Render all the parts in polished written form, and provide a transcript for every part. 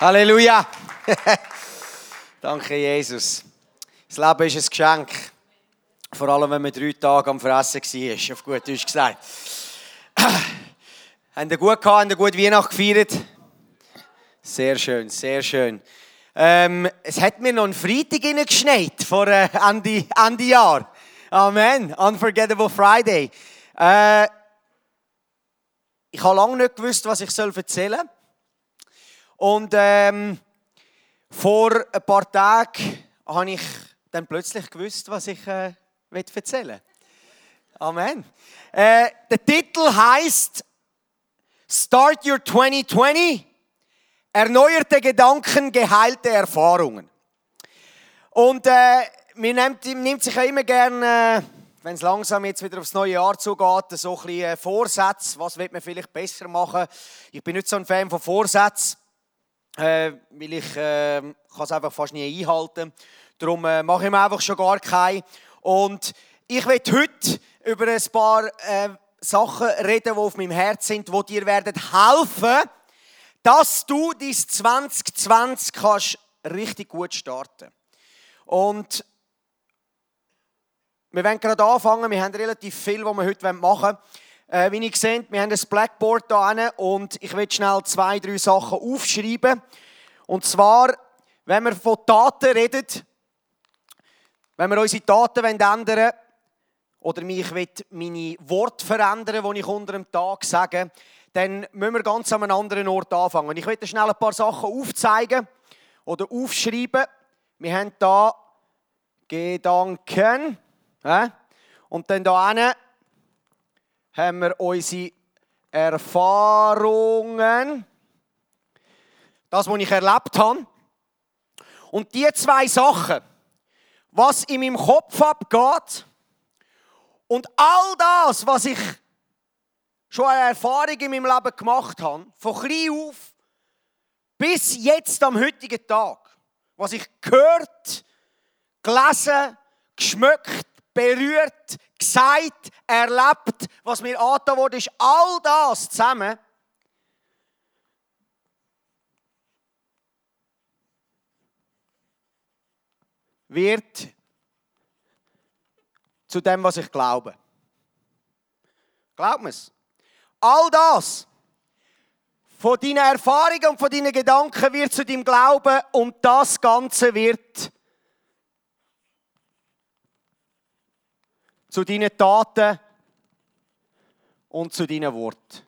Halleluja. Danke, Jesus. Das Leben ist ein Geschenk. Vor allem, wenn man 3 Tage am Fressen war, auf gut Deutsch gesagt. Haben ihr gut gehabt? Haben ihr gut Weihnachten gefeiert? Sehr schön, sehr schön. Es hat mir noch einen Freitag geschneit vor Ende Jahr. Amen. Unforgettable Friday. Ich habe lange nicht gewusst, was ich erzählen soll. Und vor ein paar Tagen habe ich dann plötzlich gewusst, was ich erzählen will. Amen. Der Titel heisst Start Your 2020. Erneuerte Gedanken, geheilte Erfahrungen. Und man nimmt sich ja immer gerne, wenn es langsam jetzt wieder aufs neue Jahr zugeht, so ein bisschen Vorsätze. Was will man vielleicht besser machen? Ich bin nicht so ein Fan von Vorsätzen, weil ich kann es einfach fast nie einhalten. Darum mache ich mir einfach schon gar keinen. Und ich will heute über ein paar Sachen reden, die auf meinem Herzen sind, die dir werden helfen, dass du dein 2020 kannst richtig gut starten. Und wir wollen gerade anfangen. Wir haben relativ viel, was wir heute machen wollen. Wie ihr seht, wir haben ein Blackboard hier und ich will schnell 2, 3 Sachen aufschreiben. Und zwar, wenn wir von Taten reden, wenn wir unsere Taten ändern wollen, oder ich will meine Worte verändern, die ich unter dem Tag sage, dann müssen wir ganz an einem anderen Ort anfangen. Ich will schnell ein paar Sachen aufzeigen oder aufschreiben. Wir haben hier Gedanken. Und dann hier hinten haben wir unsere Erfahrungen. Das, was ich erlebt habe. Und die 2 Sachen, was in meinem Kopf abgeht und all das, was ich schon eine Erfahrung in meinem Leben gemacht habe, von klein auf bis jetzt am heutigen Tag, was ich gehört, gelesen, geschmeckt, berührt, gesagt, erlebt, was mir angetan wurde, ist all das zusammen wird zu dem, was ich glaube. Glaubt man es? All das von deinen Erfahrungen und von deinen Gedanken wird zu deinem Glauben und das Ganze wird zu deinen Taten und zu deinen Worten.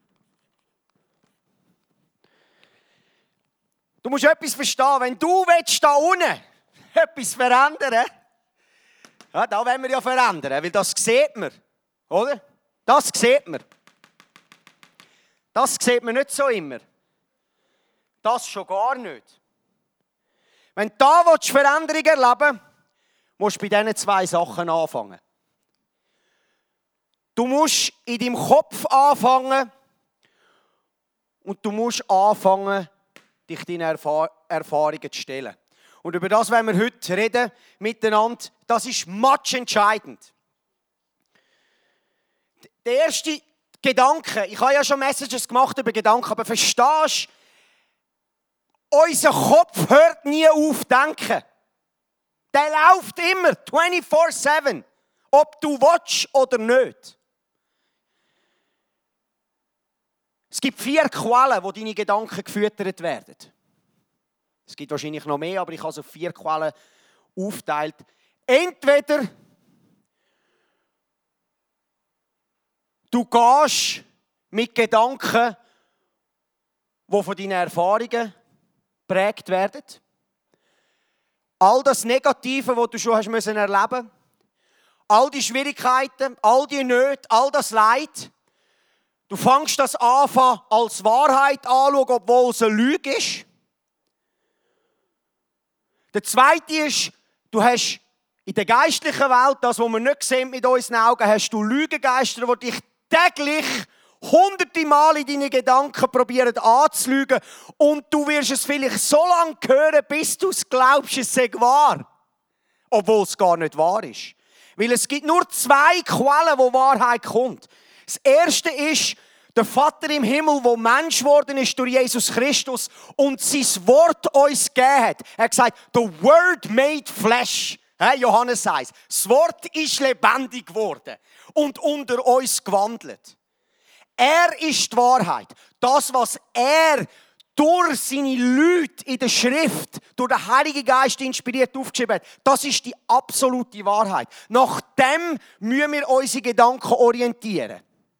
Du musst etwas verstehen, wenn du da unten etwas verändern, ja, da wollen wir ja verändern, weil das sieht man, oder? Das sieht man. Das sieht man nicht so immer. Das schon gar nicht. Wenn du da Veränderung erleben willst, musst du bei diesen 2 Sachen anfangen. Du musst in deinem Kopf anfangen und du musst anfangen, dich deinen Erfahrungen zu stellen. Und über das wollen wir heute reden miteinander. Das ist much entscheidend. Der erste Gedanke, ich habe ja schon Messages gemacht über Gedanken, aber verstehst du, unser Kopf hört nie auf zu denken. Der läuft immer, 24/7, ob du willst oder nicht. Es gibt 4 Quellen, wo deine Gedanken gefüttert werden. Es gibt wahrscheinlich noch mehr, aber ich habe so 4 Quellen aufgeteilt. Entweder du gehst mit Gedanken, die von deinen Erfahrungen geprägt werden. All das Negative, was du schon hast müssen erleben, all die Schwierigkeiten, all die Nöte, all das Leid. Du fängst das an als Wahrheit anschauen, obwohl es eine Lüge ist. Der zweite ist, du hast in der geistlichen Welt, das, was wir nicht sehen mit unseren Augen, hast du Lügengeister, die dich täglich 100 Mal in deine Gedanken probieren anzulügen und du wirst es vielleicht so lange hören, bis du es glaubst, es sei wahr. Obwohl es gar nicht wahr ist. Weil es gibt nur 2 Quellen, wo Wahrheit kommt. Das erste ist, Der Vater im Himmel, der Mensch geworden ist durch Jesus Christus und sein Wort uns gegeben hat. Er hat gesagt, the word made flesh. Johannes sagt, das Wort ist lebendig geworden und unter uns gewandelt. Er ist die Wahrheit. Das, was er durch seine Leute in der Schrift, durch den Heiligen Geist inspiriert aufgeschrieben hat, das ist die absolute Wahrheit. Nach dem müssen wir unsere Gedanken orientieren.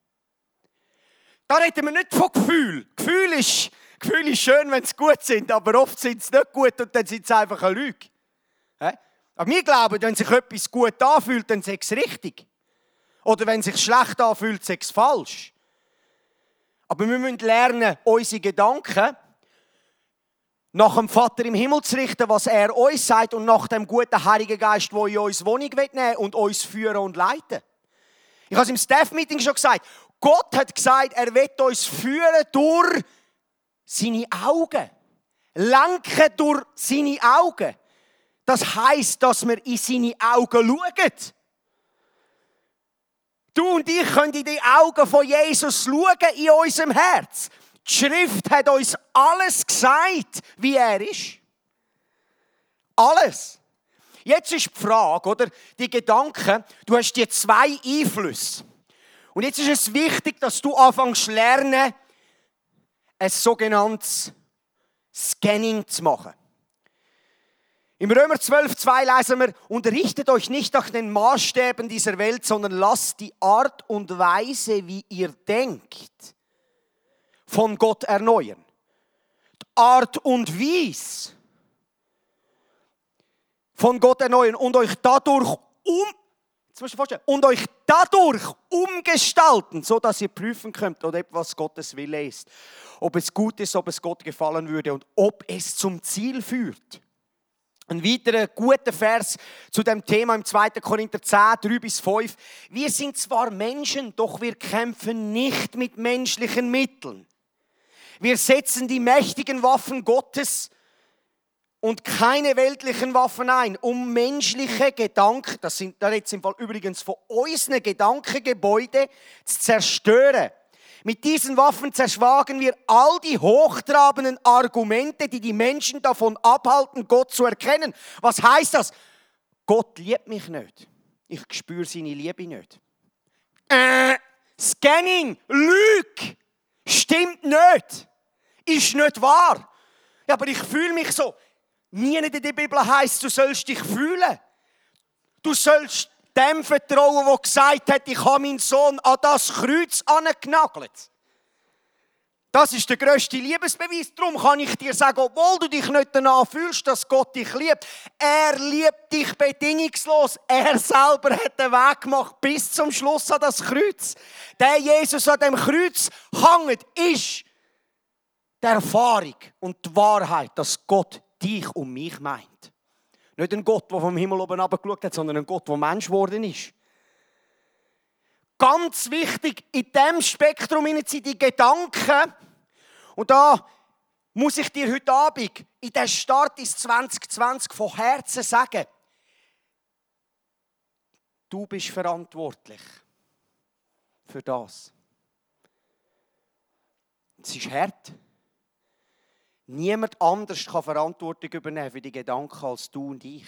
Da reden wir nicht von Gefühl. Gefühl ist schön, wenn sie gut sind, aber oft sind sie nicht gut und dann sind sie einfach eine Lüge. Aber wir glauben, wenn sich etwas gut anfühlt, dann ist es richtig. Oder wenn es sich schlecht anfühlt, ist es falsch. Aber wir müssen lernen, unsere Gedanken nach dem Vater im Himmel zu richten, was er uns sagt, und nach dem guten Heiligen Geist, der in uns Wohnung nehmen will und uns führen und leiten. Ich habe es im Staff-Meeting schon gesagt. Gott hat gesagt, er will uns führen durch seine Augen. Lenken durch seine Augen. Das heisst, dass wir in seine Augen schauen. Du und ich können in die Augen von Jesus schauen, in unserem Herz. Die Schrift hat uns alles gesagt, wie er ist. Alles. Jetzt ist die Frage, oder? Die Gedanken, du hast die zwei Einflüsse. Und jetzt ist es wichtig, dass du anfängst zu lernen, ein sogenanntes Scanning zu machen. Im Römer 12,2 lesen wir, unterrichtet euch nicht nach den Maßstäben dieser Welt, sondern lasst die Art und Weise, wie ihr denkt, von Gott erneuern. Die Art und Weise von Gott erneuern und euch dadurch umgestalten, sodass ihr prüfen könnt, ob etwas Gottes Wille ist. Ob es gut ist, ob es Gott gefallen würde und ob es zum Ziel führt. Ein weiterer guter Vers zu dem Thema im 2. Korinther 10, 3-5. Wir sind zwar Menschen, doch wir kämpfen nicht mit menschlichen Mitteln. Wir setzen die mächtigen Waffen Gottes und keine weltlichen Waffen ein, um menschliche Gedanken, da redet es im Fall übrigens von unseren Gedankengebäuden, zu zerstören. Mit diesen Waffen zerschlagen wir all die hochtrabenden Argumente, die die Menschen davon abhalten, Gott zu erkennen. Was heißt das? Gott liebt mich nicht. Ich spüre seine Liebe nicht. Scanning, Lüge, stimmt nicht. Ist nicht wahr. Ja, aber ich fühle mich so. Nie in der Bibel heisst, du sollst dich fühlen. Du sollst dem vertrauen, der gesagt hat, ich habe meinen Sohn an das Kreuz angenagelt. Das ist der grösste Liebesbeweis. Darum kann ich dir sagen, obwohl du dich nicht danach fühlst, dass Gott dich liebt, er liebt dich bedingungslos. Er selber hat den Weg gemacht bis zum Schluss an das Kreuz. Der Jesus an dem Kreuz hängt, ist die Erfahrung und die Wahrheit, dass Gott dich und mich meint. Nicht ein Gott, der vom Himmel oben herabgeschaut hat, sondern ein Gott, der Mensch geworden ist. Ganz wichtig, in diesem Spektrum sind die Gedanken. Und da muss ich dir heute Abend in den Start ins 2020 von Herzen sagen, du bist verantwortlich für das. Es ist hart. Niemand anders kann Verantwortung übernehmen für die Gedanken als du und ich.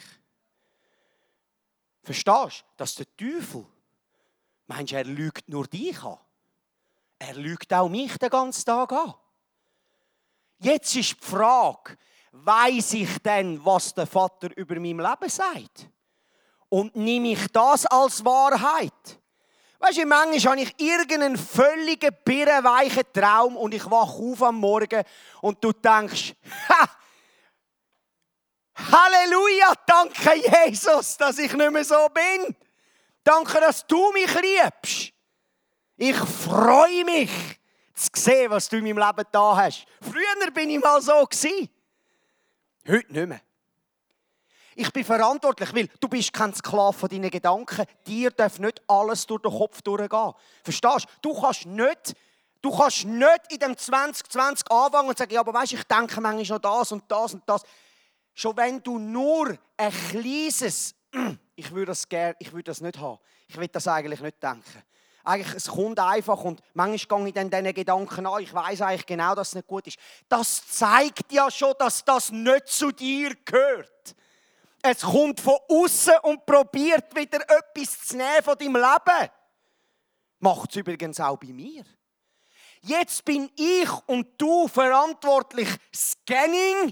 Verstehst du, dass der Teufel, meinst du, er lügt nur dich an? Er lügt auch mich den ganzen Tag an. Jetzt ist die Frage, weiss ich denn, was der Vater über mein Leben sagt? Und nehme ich das als Wahrheit? Weißt du, manchmal habe ich irgendeinen völligen birrenweichen Traum und ich wache auf am Morgen und du denkst, Halleluja, danke Jesus, dass ich nicht mehr so bin. Danke, dass du mich liebst. Ich freue mich, zu sehen, was du in meinem Leben da hast. Früher bin ich mal so gewesen. Heute nicht mehr. Ich bin verantwortlich, weil du bist kein Sklave von deinen Gedanken. Dir darf nicht alles durch den Kopf durchgehen. Verstehst du? Du kannst nicht in dem 2020 anfangen und sagen, ja, aber weißt, ich denke manchmal noch das und das und das. Schon wenn du nur ein kleines, ich würde das nicht haben. Ich will das eigentlich nicht denken. Eigentlich, es kommt einfach und manchmal gehe ich dann diesen Gedanken an. Ich weiss eigentlich genau, dass es nicht gut ist. Das zeigt ja schon, dass das nicht zu dir gehört. Es kommt von außen und probiert wieder etwas zu nehmen von deinem Leben. Macht es übrigens auch bei mir. Jetzt bin ich und du verantwortlich. Scanning.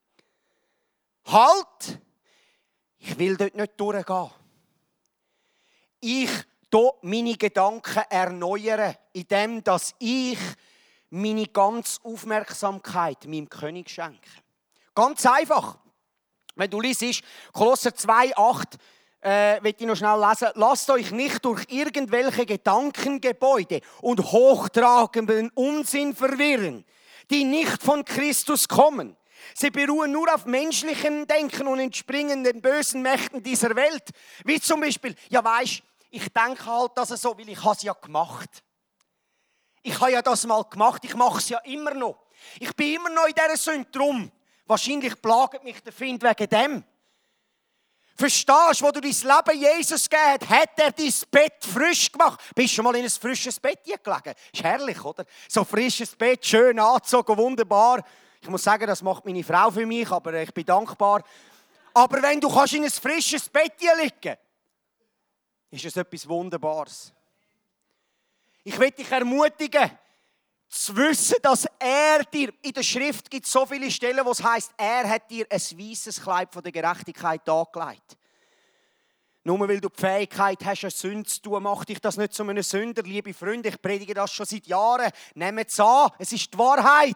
Halt. Ich will dort nicht durchgehen. Ich meine Gedanken erneuern, indem dass ich meine ganze Aufmerksamkeit meinem König schenke. Ganz einfach. Wenn du liest, Kolosser 2,8, will ich noch schnell lesen. Lasst euch nicht durch irgendwelche Gedankengebäude und hochtragenden Unsinn verwirren, die nicht von Christus kommen. Sie beruhen nur auf menschlichem Denken und entspringen den bösen Mächten dieser Welt. Wie zum Beispiel, ja weisst, ich denke halt, dass es so, weil ich es ja gemacht. Ich habe ja das mal gemacht, ich mache es ja immer noch. Ich bin immer noch in dieser Sünde drum. Wahrscheinlich plagt mich der Find wegen dem. Verstehst du, wo du dein Leben Jesus gegeben hast, hat er dein Bett frisch gemacht. Bist du schon mal in ein frisches Bett gelegen? Ist herrlich, oder? So frisches Bett, schön angezogen, wunderbar. Ich muss sagen, das macht meine Frau für mich, aber ich bin dankbar. Aber wenn du kannst in ein frisches Bett liegen, ist es etwas Wunderbares. Ich will dich ermutigen, zu wissen, dass er dir, in der Schrift gibt es so viele Stellen, wo es heisst, er hat dir ein weisses Kleid von der Gerechtigkeit angelegt. Nur weil du die Fähigkeit hast, eine Sünde zu tun, macht dich das nicht zu einem Sünder. Liebe Freunde, ich predige das schon seit Jahren. Nehmt es an, es ist die Wahrheit.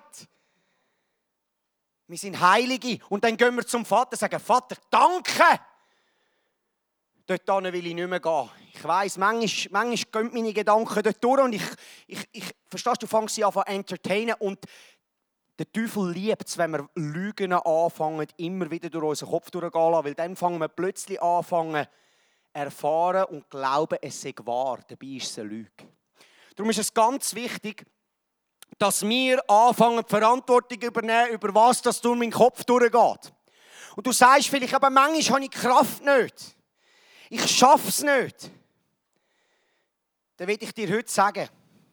Wir sind Heilige. Und dann gehen wir zum Vater und sagen, Vater, danke. Dort will ich nicht mehr gehen. Ich weiss, manchmal gehen meine Gedanken dort durch und ich verstehst du, fängst sie an zu entertainen und der Teufel liebt es, wenn wir Lügen anfangen, immer wieder durch unseren Kopf durchgehen lassen, weil dann fangen wir plötzlich an, erfahren und glauben, es sei wahr. Dabei ist es eine Lüge. Darum ist es ganz wichtig, dass wir anfangen, die Verantwortung übernehmen, über was das durch meinen Kopf durchgeht. Und du sagst vielleicht, aber manchmal habe ich die Kraft nicht. Ich schaffe es nicht. Dann will ich dir heute sagen,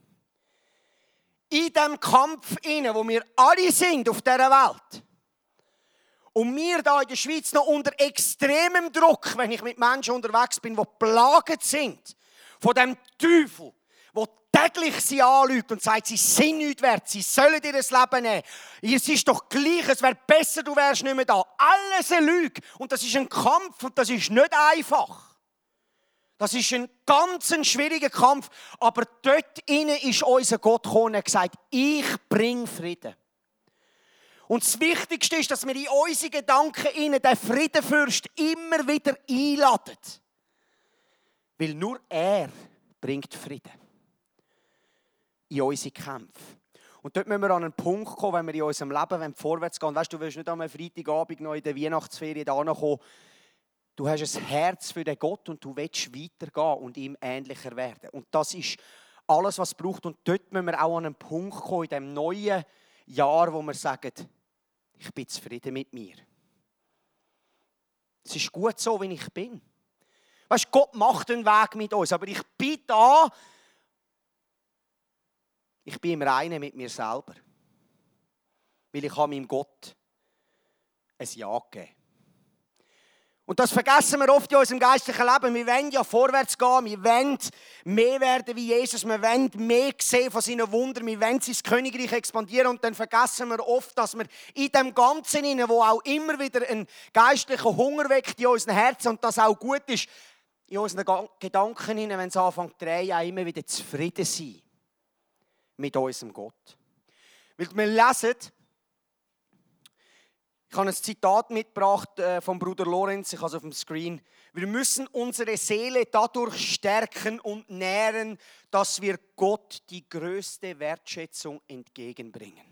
in diesem Kampf, wo wir alle sind auf dieser Welt, und wir hier in der Schweiz noch unter extremem Druck, wenn ich mit Menschen unterwegs bin, die geplagt sind von dem Teufel, der täglich sie anlügt und sagt, sie sind nichts wert, sie sollen ihr Leben nehmen. Es ist doch gleich, es wäre besser, du wärst nicht mehr da. Alles eine Lüge. Und das ist ein Kampf und das ist nicht einfach. Das ist ein ganz schwieriger Kampf. Aber dort innen ist unser Gott gekommen und gesagt, ich bringe Frieden. Und das Wichtigste ist, dass wir in unsere Gedanken innen den Friedenfürst immer wieder einladen. Weil nur er bringt Frieden. In unsere Kämpfe. Und dort müssen wir an einen Punkt kommen, wenn wir in unserem Leben vorwärts gehen. Weißt du, willst nicht am Freitagabend noch in der Weihnachtsferien da kommen. Du hast ein Herz für den Gott und du willst weitergehen und ihm ähnlicher werden. Und das ist alles, was es braucht. Und dort müssen wir auch an einen Punkt kommen, in diesem neuen Jahr, wo wir sagen, ich bin zufrieden mit mir. Es ist gut so, wie ich bin. Weißt du, Gott macht einen Weg mit uns, aber ich bin da. Ich bin im Reinen mit mir selber. Weil ich meinem Gott ein Ja gegeben. Und das vergessen wir oft in unserem geistlichen Leben. Wir wollen ja vorwärts gehen, wir wollen mehr werden wie Jesus, wir wollen mehr sehen von seinen Wundern, wir wollen sein Königreich expandieren und dann vergessen wir oft, dass wir in dem Ganzen, wo auch immer wieder ein geistlicher Hunger weckt in unseren Herzen und das auch gut ist, in unseren Gedanken, wenn es anfängt zu drehen, auch immer wieder zufrieden sein mit unserem Gott. Weil wir lesen, ich habe ein Zitat mitgebracht vom Bruder Lorenz, ich habe es auf dem Screen. Wir müssen unsere Seele dadurch stärken und nähren, dass wir Gott die größte Wertschätzung entgegenbringen.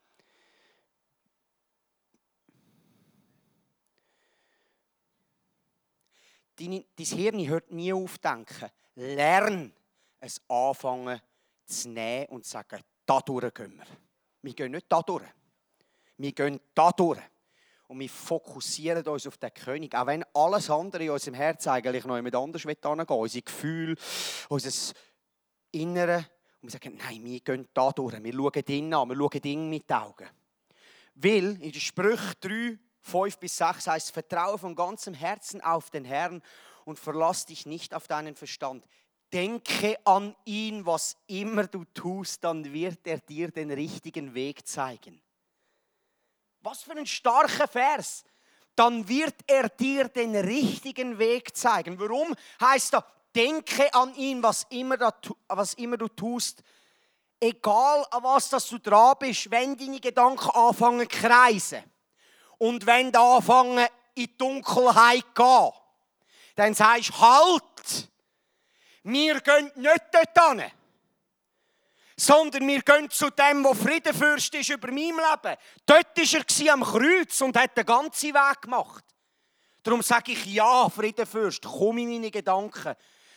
Dein Hirn hört nie auf zu denken. Lern es anfangen zu nehmen und zu sagen, da durch gehen wir. Wir gehen nicht da durch. Wir gehen da durch. Und wir fokussieren uns auf den König. Auch wenn alles andere in unserem Herz eigentlich noch jemand anders hingehen will. Unsere Gefühle, unser Inneren und wir sagen, nein, wir gehen da durch, wir schauen ihn an, wir schauen ihn mit den Augen. Weil in den Sprüchen 3, 5 bis 6 heißt, vertraue von ganzem Herzen auf den Herrn und verlass dich nicht auf deinen Verstand. Denke an ihn, was immer du tust, dann wird er dir den richtigen Weg zeigen. Was für ein starker Vers. Dann wird er dir den richtigen Weg zeigen. Warum heißt da, denke an ihn, was immer du tust. Egal an was du dran bist, wenn deine Gedanken anfangen zu kreisen und wenn die anfangen in die Dunkelheit zu gehen, dann sagst du, halt, wir gehen nicht dort hin, sondern wir gehen zu dem, der Friedenfürst ist über mein Leben. Dort war er am Kreuz und hat den ganzen Weg gemacht. Darum sage ich, ja, Friedenfürst, komm in meine Gedanken.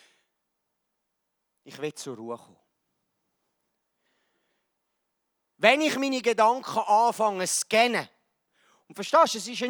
Ich will zur Ruhe kommen. Wenn ich meine Gedanken anfange zu scannen, und verstehst du, es ist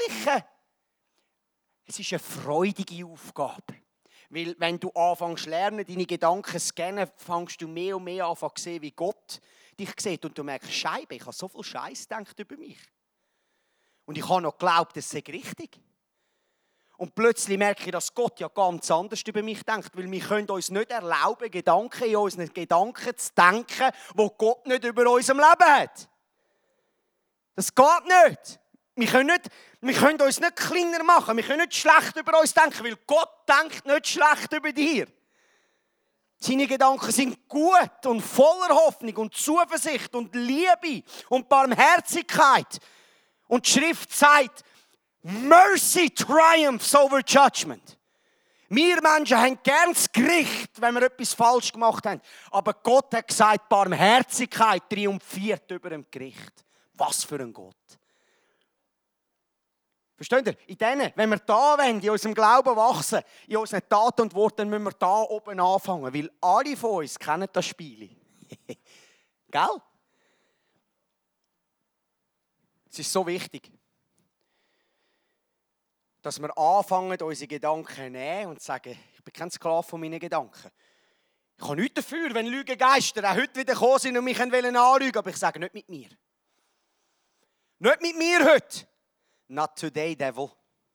eine freudige Aufgabe. Weil wenn du anfängst zu lernen, deine Gedanken zu scannen, fängst du mehr und mehr an zu sehen, wie Gott dich sieht. Und du merkst, Scheibe, ich habe so viel Scheiß gedacht über mich. Und ich habe noch geglaubt, das sei richtig. Und plötzlich merke ich, dass Gott ja ganz anders über mich denkt. Weil wir können uns nicht erlauben, Gedanken in unseren Gedanken zu denken, die Gott nicht über unserem Leben hat. Das geht nicht. Wir können uns nicht kleiner machen. Wir können nicht schlecht über uns denken, weil Gott denkt nicht schlecht über dir. Seine Gedanken sind gut und voller Hoffnung und Zuversicht und Liebe und Barmherzigkeit. Und die Schrift sagt, Mercy triumphs over judgment. Wir Menschen haben gern das Gericht, wenn wir etwas falsch gemacht haben. Aber Gott hat gesagt, Barmherzigkeit triumphiert über dem Gericht. Was für ein Gott. Versteht ihr? Wenn wir da wollen, in unserem Glauben wachsen, in unseren Taten und Worten, dann müssen wir da oben anfangen. Weil alle von uns kennen das Spiel. Gell? Es ist so wichtig, dass wir anfangen, unsere Gedanken zu nehmen und zu sagen, ich bin kein Sklave von meinen Gedanken. Ich habe nichts dafür, wenn Lügengeister auch heute wieder gekommen sind und mich anlügen wollen, aber ich sage nicht mit mir. Nicht mit mir heute. Not today, devil.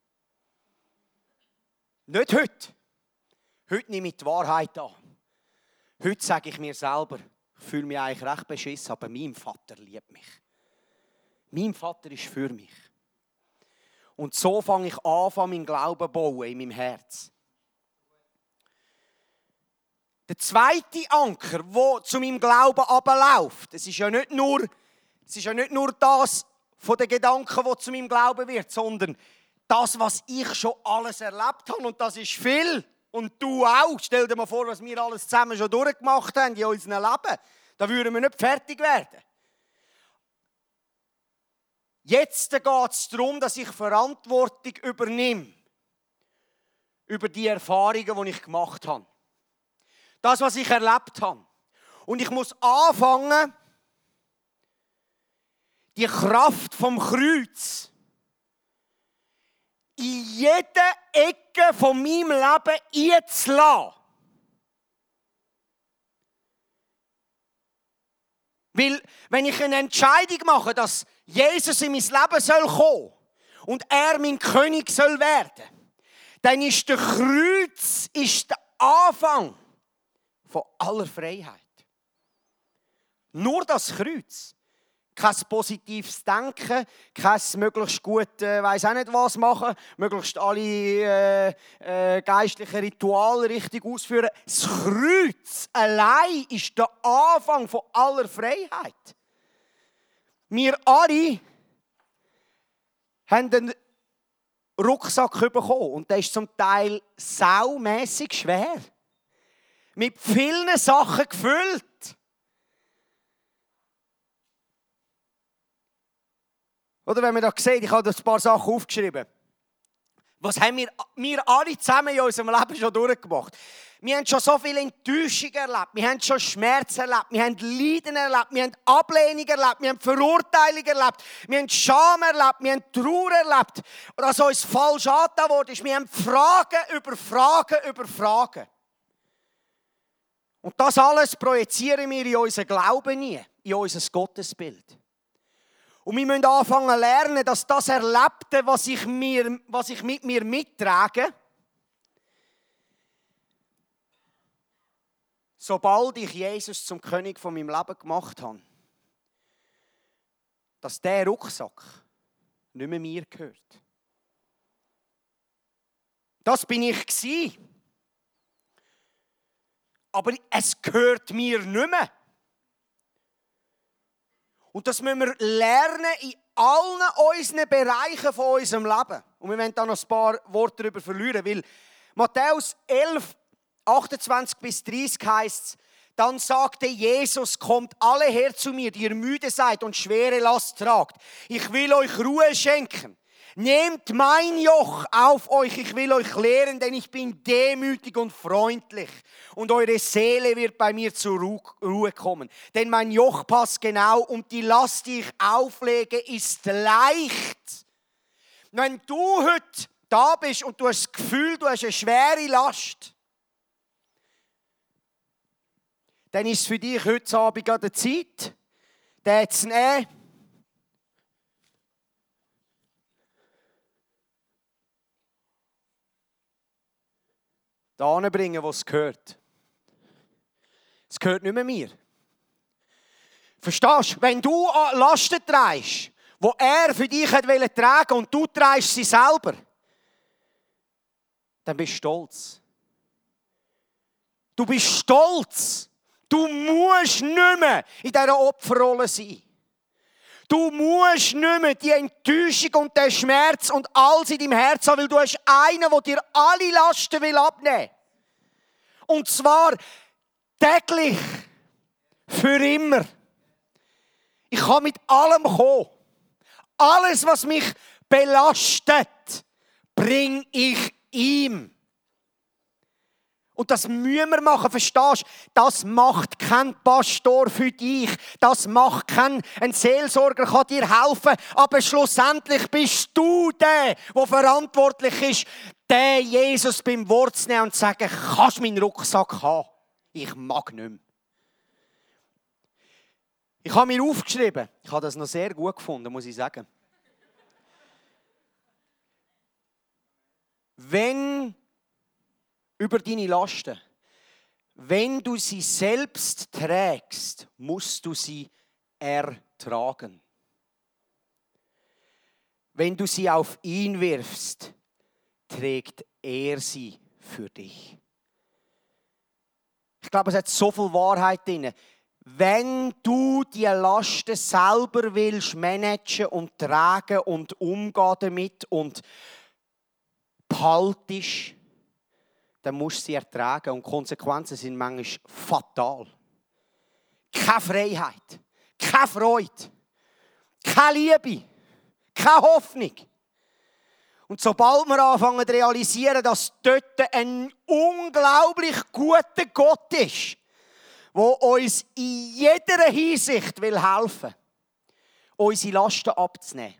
Nicht heute. Heute nehme ich die Wahrheit an. Heute sage ich mir selber, ich fühle mich eigentlich recht beschissen, aber mein Vater liebt mich. Mein Vater ist für mich. Und so fange ich an, meinen Glauben zu bauen in meinem Herz. Der zweite Anker, der zu meinem Glauben runterläuft, es ist ja nicht nur das von den Gedanken, die zu meinem Glauben wird, sondern das, was ich schon alles erlebt habe. Und das ist viel. Und du auch. Stell dir mal vor, was wir alles zusammen schon durchgemacht haben in unserem Leben. Da würden wir nicht fertig werden. Jetzt geht es darum, dass ich Verantwortung übernehme über die Erfahrungen, die ich gemacht habe. Das, was ich erlebt habe. Und ich muss anfangen, die Kraft vom Kreuz in jede Ecke von meinem Leben einzulassen. Weil, wenn ich eine Entscheidung mache, dass Jesus in mein Leben soll kommen und er mein König soll werden, dann ist der Kreuz der Anfang von aller Freiheit. Nur das Kreuz. Kein positives Denken, kein möglichst gut, weiss auch nicht was machen, möglichst alle geistlichen Rituale richtig ausführen. Das Kreuz allein ist der Anfang von aller Freiheit. Wir alle haben einen Rucksack bekommen und der ist zum Teil saumässig schwer. Mit vielen Sachen gefüllt. Oder wenn man da sieht, ich habe da ein paar Sachen aufgeschrieben. Was haben wir alle zusammen in unserem Leben schon durchgemacht? Wir haben schon so viel Enttäuschung erlebt, wir haben schon Schmerz erlebt, wir haben Leiden erlebt, wir haben Ablehnung erlebt, wir haben Verurteilung erlebt, wir haben Scham erlebt, wir haben Trauer erlebt, dass uns falsch angetan worden ist. Wir haben Fragen über Fragen über Fragen. Und das alles projizieren wir in unseren Glauben nie, in unser Gottesbild. Und wir müssen anfangen zu lernen, dass das Erlebte, was ich mit mir mittrage, sobald ich Jesus zum König von meinem Leben gemacht habe, dass der Rucksack nicht mehr mir gehört. Das bin ich gewesen. Aber es gehört mir nicht mehr. Und das müssen wir lernen in allen unseren Bereichen von unserem Leben. Und wir werden da noch ein paar Worte darüber verlieren, weil Matthäus 11, 28 bis 30 heißt es, dann sagte Jesus, kommt alle her zu mir, die ihr müde seid und schwere Last tragt. Ich will euch Ruhe schenken. Nehmt mein Joch auf euch, ich will euch lehren, denn ich bin demütig und freundlich. Und eure Seele wird bei mir zur Ruhe kommen. Denn mein Joch passt genau und die Last, die ich auflege, ist leicht. Wenn du heute da bist und du hast das Gefühl, du hast eine schwere Last, dann ist es für dich heute Abend an der Zeit, den zu nehmen. Da hinbringen, wo es gehört. Es gehört nicht mehr mir. Verstehst du? Wenn du Lasten trägst, die er für dich tragen wollte und du trägst sie selber, dann bist du stolz. Du bist stolz. Du musst nicht mehr in dieser Opferrolle sein. Du musst nicht mehr die Enttäuschung und den Schmerz und alles in deinem Herzen haben, weil du hast einen, der dir alle Lasten abnehmen will. Und zwar täglich, für immer. Ich kann mit allem kommen. Alles, was mich belastet, bringe ich ihm. Und das müssen wir machen, verstehst du? Das macht kein Pastor für dich. Das macht kein Seelsorger, kann dir helfen. Aber schlussendlich bist du der verantwortlich ist, den Jesus beim Wort zu nehmen und zu sagen, kannst du meinen Rucksack haben? Ich mag nicht mehr. Ich habe mir aufgeschrieben, ich habe das noch sehr gut gefunden, muss ich sagen. Über deine Lasten. Wenn du sie selbst trägst, musst du sie ertragen. Wenn du sie auf ihn wirfst, trägt er sie für dich. Ich glaube, es hat so viel Wahrheit drin. Wenn du die Lasten selber willst managen und tragen und umgehen damit und behaltest, dann musst du sie ertragen. Und die Konsequenzen sind manchmal fatal. Keine Freiheit, keine Freude, keine Liebe, keine Hoffnung. Und sobald wir anfangen zu realisieren, dass dort ein unglaublich guter Gott ist, der uns in jeder Hinsicht helfen will, unsere Lasten abzunehmen.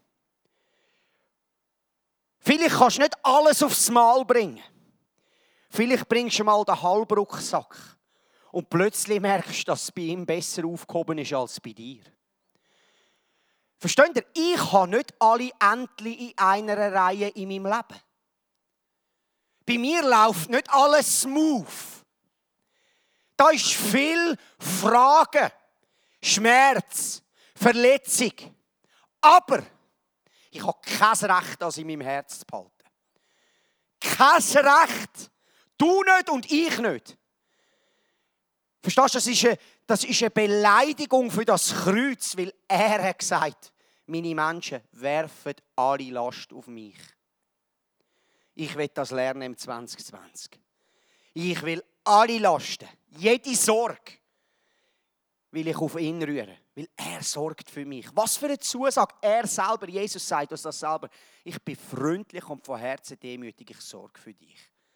Vielleicht kannst du nicht alles aufs Mal bringen. Vielleicht bringst du mal den halben Rucksack und plötzlich merkst du, dass es bei ihm besser aufgehoben ist als bei dir. Versteht ihr? Ich habe nicht alle Entchen in einer Reihe in meinem Leben. Bei mir läuft nicht alles smooth. Da ist viel Fragen, Schmerz, Verletzung. Aber ich habe kein Recht, das in meinem Herz zu behalten. Kein Recht. Du nicht und ich nicht. Verstehst du, das ist eine Beleidigung für das Kreuz, weil er hat gesagt, meine Menschen werfen alle Last auf mich. Ich will das lernen im 2020. Ich will alle Lasten, jede Sorge, will ich auf ihn rühren. Weil er sorgt für mich. Was für eine Zusage. Er selber, Jesus sagt uns das selber. Ich bin freundlich und von Herzen demütig, ich sorge für dich.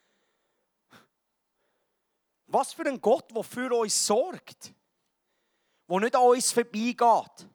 Was für ein Gott, der für uns sorgt. Der nicht an uns vorbeigeht.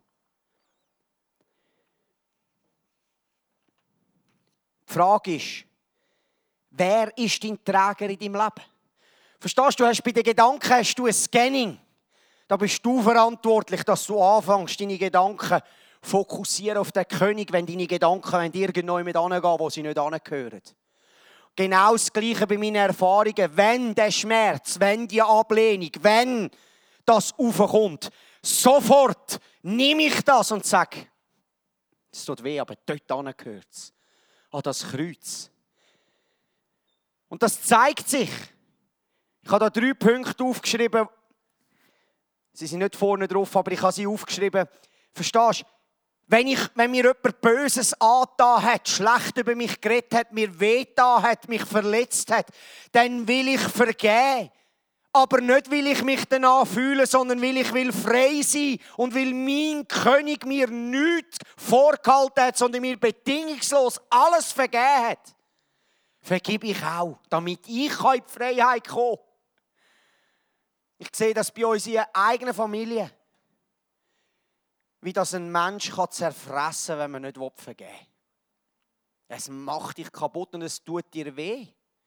Die Frage ist, wer ist dein Träger in deinem Leben? Verstehst du, bei den Gedanken hast du ein Scanning. Da bist du verantwortlich, dass du anfängst, deine Gedanken fokussieren auf den König, wenn deine Gedanken irgendjemand hingehen, wo sie nicht hingehören. Genau das Gleiche bei meinen Erfahrungen. Wenn der Schmerz, wenn die Ablehnung, wenn das aufkommt, sofort nehme ich das und sage, es tut weh, aber dort gehört es. An das Kreuz. Und das zeigt sich. Ich habe da 3 Punkte aufgeschrieben. Sie sind nicht vorne drauf, aber ich habe sie aufgeschrieben. Verstehst du? Wenn mir jemand Böses angetan hat, schlecht über mich geredet hat, mir wehgetan hat, mich verletzt hat, dann will ich vergeben. Aber nicht, weil ich mich danach fühle, sondern weil ich frei sein und weil mein König mir nichts vorgehalten hat, sondern mir bedingungslos alles vergeben hat. Vergib ich auch, damit ich in die Freiheit komme. Ich sehe das bei unserer eigenen Familie. Wie das ein Mensch zerfressen kann, wenn man nicht vergeben will. Es macht dich kaputt und es tut dir weh.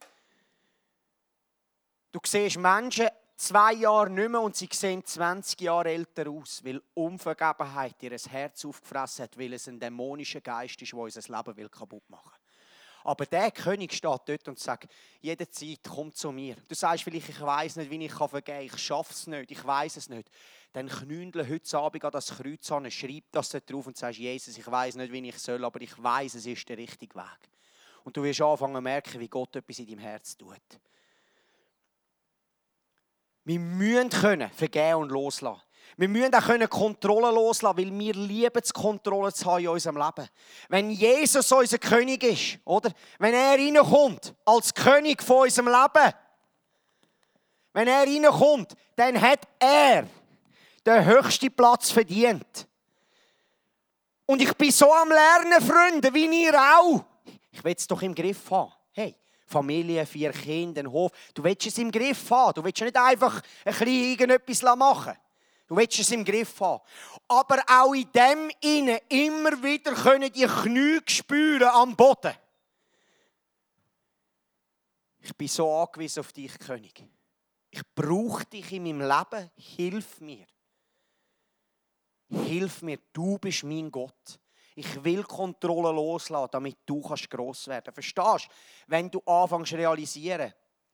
Du siehst Menschen 2 Jahre nicht mehr und sie sehen 20 Jahre älter aus, weil Unvergebenheit ihr Herz aufgefressen hat, weil es ein dämonischer Geist ist, der unser Leben kaputt machen will. Aber der König steht dort und sagt, jederzeit komm zu mir. Du sagst vielleicht, ich weiss nicht, wie ich vergeben kann, ich schaffe es nicht, ich weiss es nicht. Dann knündle heute Abend an das Kreuz an, schreib das dort drauf und sagst, Jesus, ich weiss nicht, wie ich soll, aber ich weiss, es ist der richtige Weg. Und du wirst anfangen zu merken, wie Gott etwas in deinem Herz tut. Wir müssen können vergeben und loslassen. Wir müssen auch Kontrolle loslassen, weil wir lieben es, Kontrolle zu haben in unserem Leben. Wenn Jesus unser König ist, oder? Wenn er reinkommt als König von unserem Leben, wenn er reinkommt, dann hat er den höchsten Platz verdient. Und ich bin so am Lernen, Freunde, wie ihr auch. Ich will es doch im Griff haben. Hey, Familie, 4 Kinder, ein Hof. Du willst es im Griff haben. Du willst nicht einfach ein bisschen irgendetwas machen. Du willst es im Griff haben. Aber auch in dem innen immer wieder können die Knie spüren am Boden. Ich bin so angewiesen auf dich, König. Ich brauche dich in meinem Leben. Hilf mir. Hilf mir, du bist mein Gott. Ich will Kontrolle loslassen, damit du gross werden kannst. Verstehst du? Wenn du anfängst zu realisieren,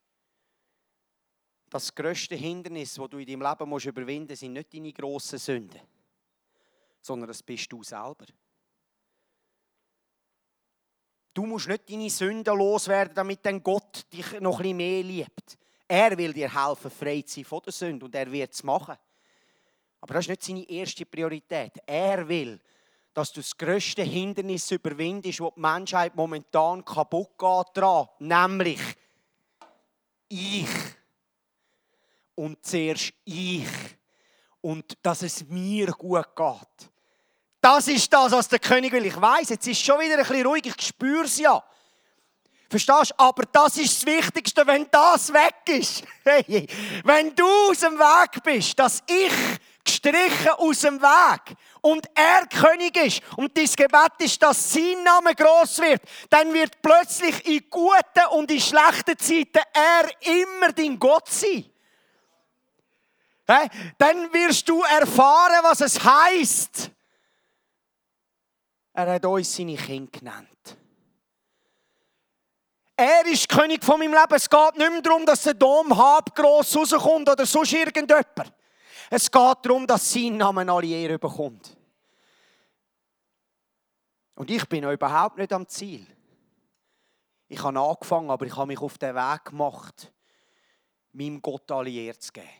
das grösste Hindernis, das du in deinem Leben überwinden musst, sind nicht deine grossen Sünden, sondern das bist du selber. Du musst nicht deine Sünden loswerden, damit dann Gott dich noch ein bisschen mehr liebt. Er will dir helfen, frei zu sein von der Sünde und er wird es machen. Aber das ist nicht seine erste Priorität. Er will, dass du das grösste Hindernis überwindest, das die Menschheit momentan kaputt geht daran, nämlich ich. Und zuerst ich. Und dass es mir gut geht. Das ist das, was der König will. Ich weiss, jetzt ist es schon wieder ein bisschen ruhig, ich spüre es ja. Verstehst du? Aber das ist das Wichtigste, wenn das weg ist. Hey, wenn du aus dem Weg bist, dass ich gestrichen aus dem Weg und er König ist und dein Gebet ist, dass sein Name gross wird, dann wird plötzlich in guten und in schlechten Zeiten er immer dein Gott sein. Hey, dann wirst du erfahren, was es heisst. Er hat uns seine Kinder genannt. Er ist König von meinem Leben. Es geht nicht mehr darum, dass der Dom Hab gross rauskommt oder sonst irgendjemand. Es geht darum, dass sein Name alle Ehre bekommt. Und ich bin noch überhaupt nicht am Ziel. Ich habe angefangen, aber ich habe mich auf den Weg gemacht, meinem Gott alle Ehre zu geben.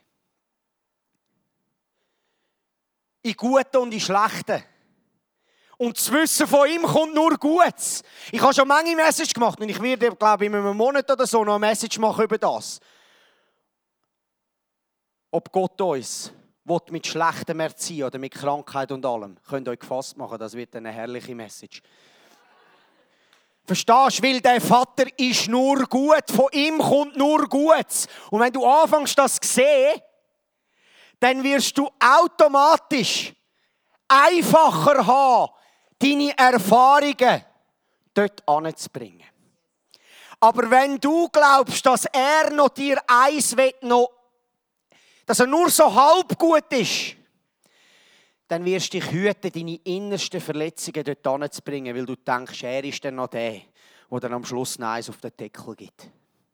In Guten und in Schlechten. Und das Wissen von ihm kommt nur Gutes. Ich habe schon manche Message gemacht und ich werde, glaube ich, in einem Monat oder so noch eine Message machen über das. Ob Gott uns mit Schlechtem erziehen oder mit Krankheit und allem, könnt ihr euch gefasst machen, das wird eine herrliche Message. Verstehst du? Weil der Vater ist nur gut, von ihm kommt nur Gutes. Und wenn du anfängst, das zu sehen, dann wirst du automatisch einfacher haben, deine Erfahrungen dort anzubringen. Aber wenn du glaubst, dass er noch dir eins will, dass er nur so halb gut ist, dann wirst du dich hüten, deine innersten Verletzungen dort hinzubringen, weil du denkst, er ist dann noch der dann am Schluss Eis auf den Deckel gibt.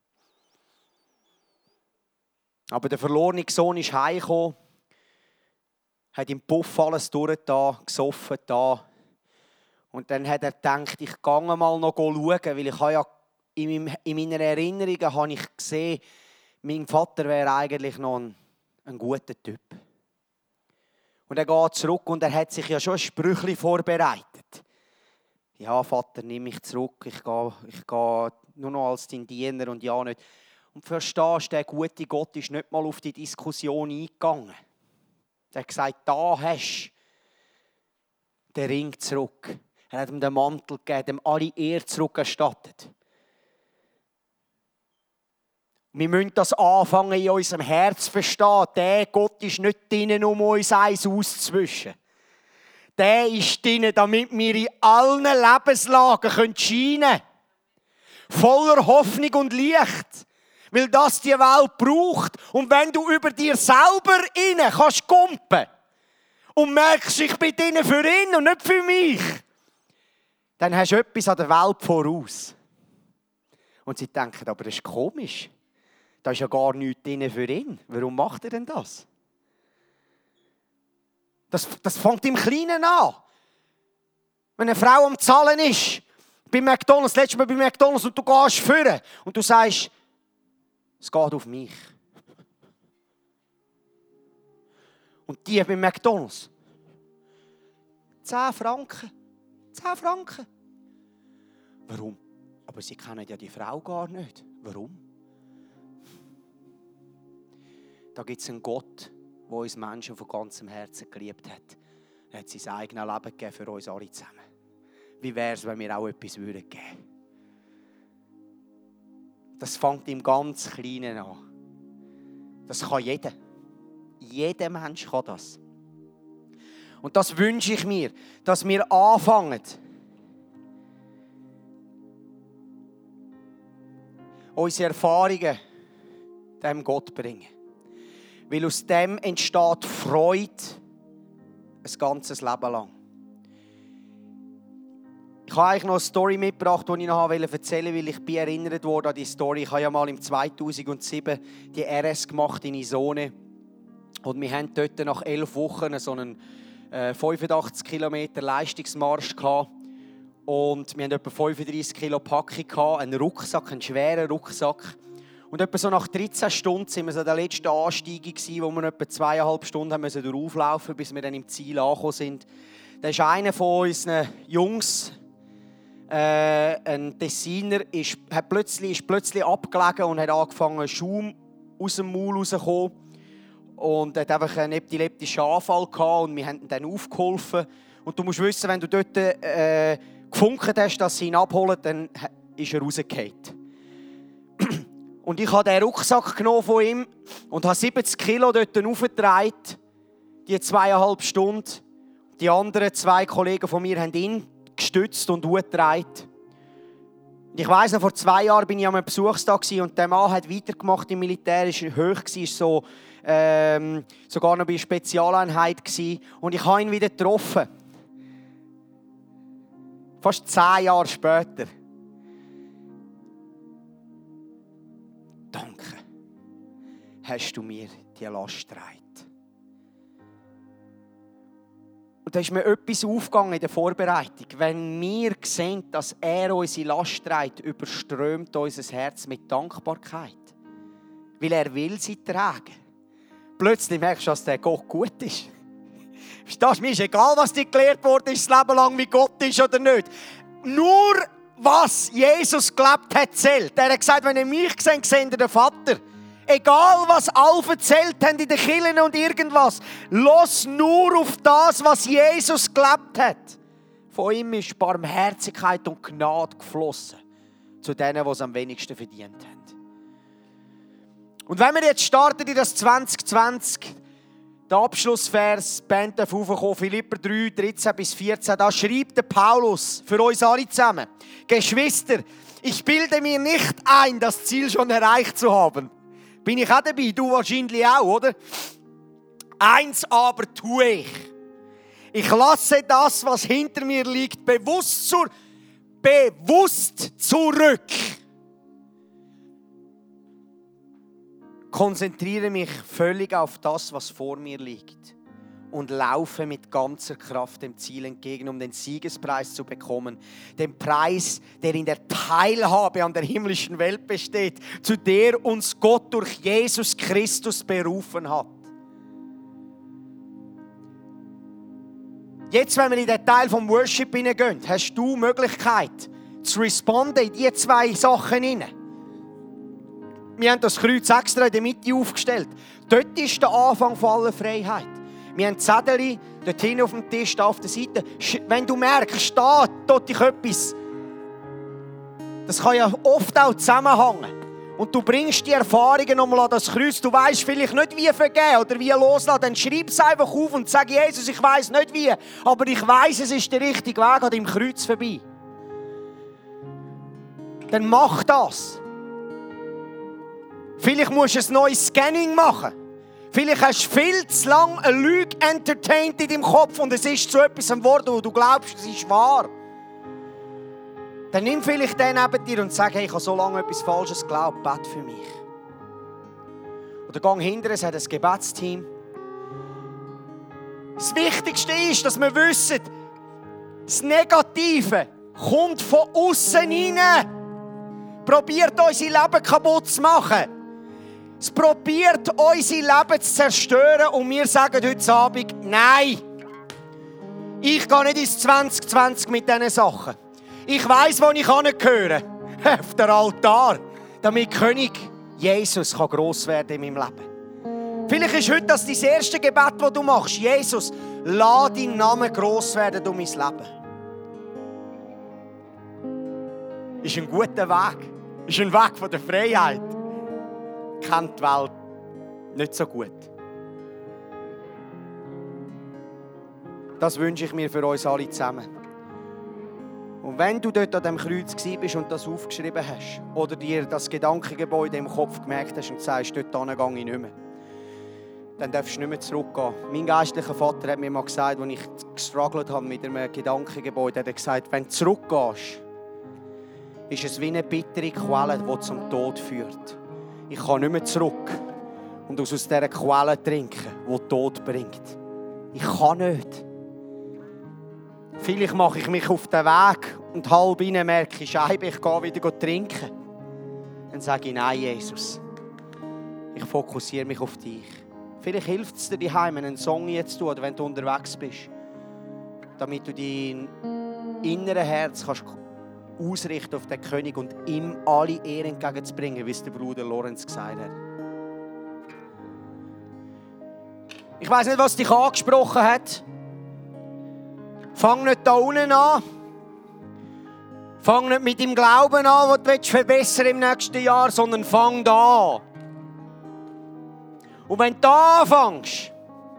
Aber der verlorene Sohn ist heimgekommen, hat im Puff alles durchgetan, gesoffen da. Und dann hat er gedacht, ich gehe mal noch schauen, weil ich habe ja in meiner Erinnerung habe ich gesehen, mein Vater wäre eigentlich noch ein guter Typ. Und er geht zurück und er hat sich ja schon ein Sprüchli vorbereitet. Ja, Vater, nimm mich zurück, ich gehe nur noch als dein Diener und ja nicht. Und verstehst, der gute Gott ist nicht mal auf die Diskussion eingegangen. Er hat gesagt, da hast du den Ring zurück. Er hat ihm den Mantel gegeben, ihm alle Ehre zurückerstattet. Wir müssen das anfangen in unserem Herz zu verstehen. Der Gott ist nicht drin, um uns eins auszuwischen. Der ist drin, damit wir in allen Lebenslagen scheinen können. Voller Hoffnung und Licht. Weil das die Welt braucht. Und wenn du über dir selber rein kannst gumpen und merkst, ich bin drin für ihn und nicht für mich, dann hast du etwas an der Welt voraus. Und sie denken, aber das ist komisch. Da ist ja gar nichts drin für ihn. Warum macht er denn das? Das fängt im Kleinen an. Wenn eine Frau am Zahlen ist, bei McDonald's, letztes Mal bei McDonald's, und du gehst führen und du sagst, es geht auf mich. Und die bei McDonald's, 10 Franken. 10 Franken. Warum? Aber sie kennen ja die Frau gar nicht. Warum? Da gibt es einen Gott, der uns Menschen von ganzem Herzen geliebt hat. Er hat sein eigenes Leben gegeben für uns alle zusammen. Wie wäre es, wenn wir auch etwas geben würden? Das fängt im ganz Kleinen an. Das kann jeder. Jeder Mensch kann das. Und das wünsche ich mir, dass wir anfangen, unsere Erfahrungen dem Gott bringen. Weil aus dem entsteht Freude ein ganzes Leben lang. Ich habe eigentlich noch eine Story mitgebracht, die ich noch erzählen wollte, weil ich bin erinnert wurde an die Story. Ich habe ja mal im 2007 die RS gemacht in Isone. Und wir haben dort nach 11 Wochen so einen 85 Kilometer Leistungsmarsch gehabt. Und wir hatten etwa 35 Kilo Packung gehabt, einen Rucksack, einen schweren Rucksack. Und etwa so nach 13 Stunden waren wir so an der letzten Anstiege, wo wir etwa 2,5 Stunden durchlaufen mussten, bis wir dann im Ziel angekommen sind. Da ist einer von unseren Jungs, ein Tessiner, ist plötzlich abgelegen und hat angefangen, Schaum aus dem Maul rauszukommen. Und er hat einfach einen epileptischen Anfall gehabt und wir haben ihm dann aufgeholfen. Und du musst wissen, wenn du dort gefunkt hast, dass sie ihn abholen, dann ist er rausgefallen. Und ich habe den Rucksack genommen von ihm und habe 70 Kilo dort aufgetragen, die 2,5 Stunden. Die anderen 2 Kollegen von mir haben ihn gestützt und hochgetragen. Ich weiss noch, vor 2 Jahren war ich an einem Besuchstag und der Mann hat weitergemacht im Militär, war hoch, war sogar noch bei einer Spezialeinheit und ich habe ihn wieder getroffen. Fast 10 Jahre später. Danke, hast du mir die Last getragen. Und da ist mir etwas aufgegangen in der Vorbereitung. Wenn wir sehen, dass er unsere Last trägt, überströmt unser Herz mit Dankbarkeit. Weil er will sie tragen. Plötzlich merkst du, dass der Gott gut ist. Verstehst du? Mir ist egal, was dir gelehrt wurde, das Leben lang, wie Gott ist oder nicht. Nur was Jesus gelebt hat, zählt. Er hat gesagt, wenn ihr mich seht, seht ihr den Vater. Egal, was alle erzählt haben in den Kirchen und irgendwas. Los nur auf das, was Jesus gelebt hat. Von ihm ist Barmherzigkeit und Gnade geflossen. Zu denen, die es am wenigsten verdient haben. Und wenn wir jetzt starten in das 2020, der Abschlussvers, die Band darf raufkommen, Philipper 3, 13 bis 14, da schreibt der Paulus für uns alle zusammen. Geschwister, Ich bilde mir nicht ein, das Ziel schon erreicht zu haben. Bin ich auch dabei? Du wahrscheinlich auch, oder? Eins aber tue ich. Ich lasse das, was hinter mir liegt, bewusst zurück. Konzentriere mich völlig auf das, was vor mir liegt. Und laufe mit ganzer Kraft dem Ziel entgegen, um den Siegespreis zu bekommen. Den Preis, der in der Teilhabe an der himmlischen Welt besteht, zu der uns Gott durch Jesus Christus berufen hat. Jetzt, wenn wir in den Teil vom Worship hineingehen, hast du die Möglichkeit, zu responden in diese zwei Sachen hinein. Wir haben das Kreuz extra in der Mitte aufgestellt. Dort ist der Anfang von aller Freiheit. Wir haben Zettel dort hinten auf dem Tisch, da auf der Seite. Wenn du merkst, da tut dich etwas. Das kann ja oft auch zusammenhängen. Und du bringst die Erfahrungen nochmal an das Kreuz. Du weißt vielleicht nicht, wie vergeben oder wie loslassen. Dann schreib es einfach auf und sag, Jesus, ich weiss nicht wie. Aber ich weiss, es ist der richtige Weg an deinem Kreuz vorbei. Dann mach das. Vielleicht musst du ein neues Scanning machen. Vielleicht hast du viel zu lange eine Lüge entertained in deinem Kopf und es ist zu etwas geworden, wo du glaubst, es ist wahr. Dann nimm vielleicht den neben dir und sag, hey, ich habe so lange etwas Falsches geglaubt, bete für mich. Oder geh hinterher, es hat ein Gebetsteam. Das Wichtigste ist, dass wir wissen, das Negative kommt von außen rein. Probiert unser Leben kaputt zu machen. Es probiert, unser Leben zu zerstören und wir sagen heute Abend, nein, ich gehe nicht ins 2020 mit diesen Sachen. Ich weiss, wo ich hingehöre. Auf den Altar. Damit König Jesus gross werden in meinem Leben. Vielleicht ist heute das dein erste Gebet, das du machst. Jesus, lass deinen Namen gross werden durch mein Leben. Ist ein guter Weg. Ist ein Weg von der Freiheit. Kennt die Welt nicht so gut. Das wünsche ich mir für uns alle zusammen. Und wenn du dort an dem Kreuz bist und das aufgeschrieben hast oder dir das Gedankengebäude im Kopf gemerkt hast und sagst, dort gehe ich nicht mehr, dann darfst du nicht mehr zurückgehen. Mein geistlicher Vater hat mir mal gesagt, als ich gestruggelt habe mit einem Gedankengebäude, hat er gesagt, wenn du zurückgehst, ist es wie eine bittere Quelle, die zum Tod führt. Ich kann nicht mehr zurück und aus dieser Quelle trinken, die Tod bringt. Ich kann nicht. Vielleicht mache ich mich auf den Weg und halb rein merke ich, Scheibe, ich gehe wieder trinken. Dann sage ich, nein, Jesus, ich fokussiere mich auf dich. Vielleicht hilft es dir daheim, einen Song jetzt zu tun, oder wenn du unterwegs bist, damit du dein inneres Herz kannst ausrichten auf den König und ihm alle Ehre entgegenzubringen, wie es der Bruder Lorenz gesagt hat. Ich weiss nicht, was dich angesprochen hat. Fang nicht da unten an. Fang nicht mit dem Glauben an, den du verbessern im nächsten Jahr, sondern fang da an. Und wenn du da anfängst,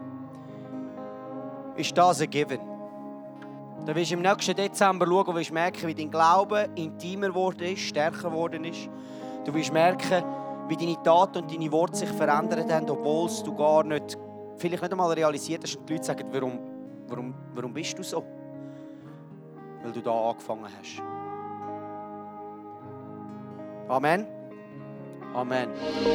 ist das ein Given. Dann wirst du im nächsten Dezember schauen und wirst merken, wie dein Glaube intimer geworden ist, stärker geworden ist. Du wirst merken, wie deine Taten und deine Worte sich verändert haben, obwohl du gar nicht, vielleicht nicht einmal realisiert hast und die Leute sagen, warum bist du so? Weil du da angefangen hast. Amen. Amen.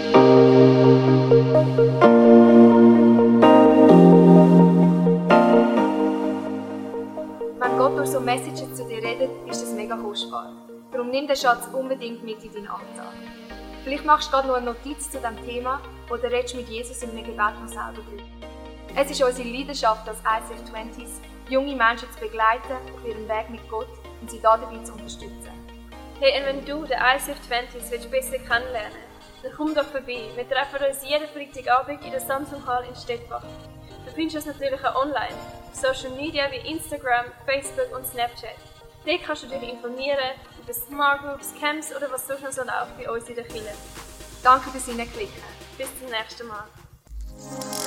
Wenn Gott durch so Messages zu dir redet, ist das mega kostbar. Darum nimm den Schatz unbedingt mit in deinen Alltag. Vielleicht machst du gerade noch eine Notiz zu diesem Thema oder redest mit Jesus in einem Gebet noch selber drüber. Es ist unsere Leidenschaft als ICF 20s, junge Menschen zu begleiten auf ihrem Weg mit Gott und sie dabei zu unterstützen. Hey, und wenn du den ICF 20s besser kennenlernen willst, dann komm doch vorbei. Wir treffen uns jeden Freitagabend in der Samsung Hall in Stettbach. Du findest uns natürlich auch online, auf Social Media wie Instagram, Facebook und Snapchat. Dort kannst du dich informieren über Smart Groups, Camps oder was sonst noch so läuft bei uns in der Kirche. Danke fürs Hineinklicken. Bis zum nächsten Mal.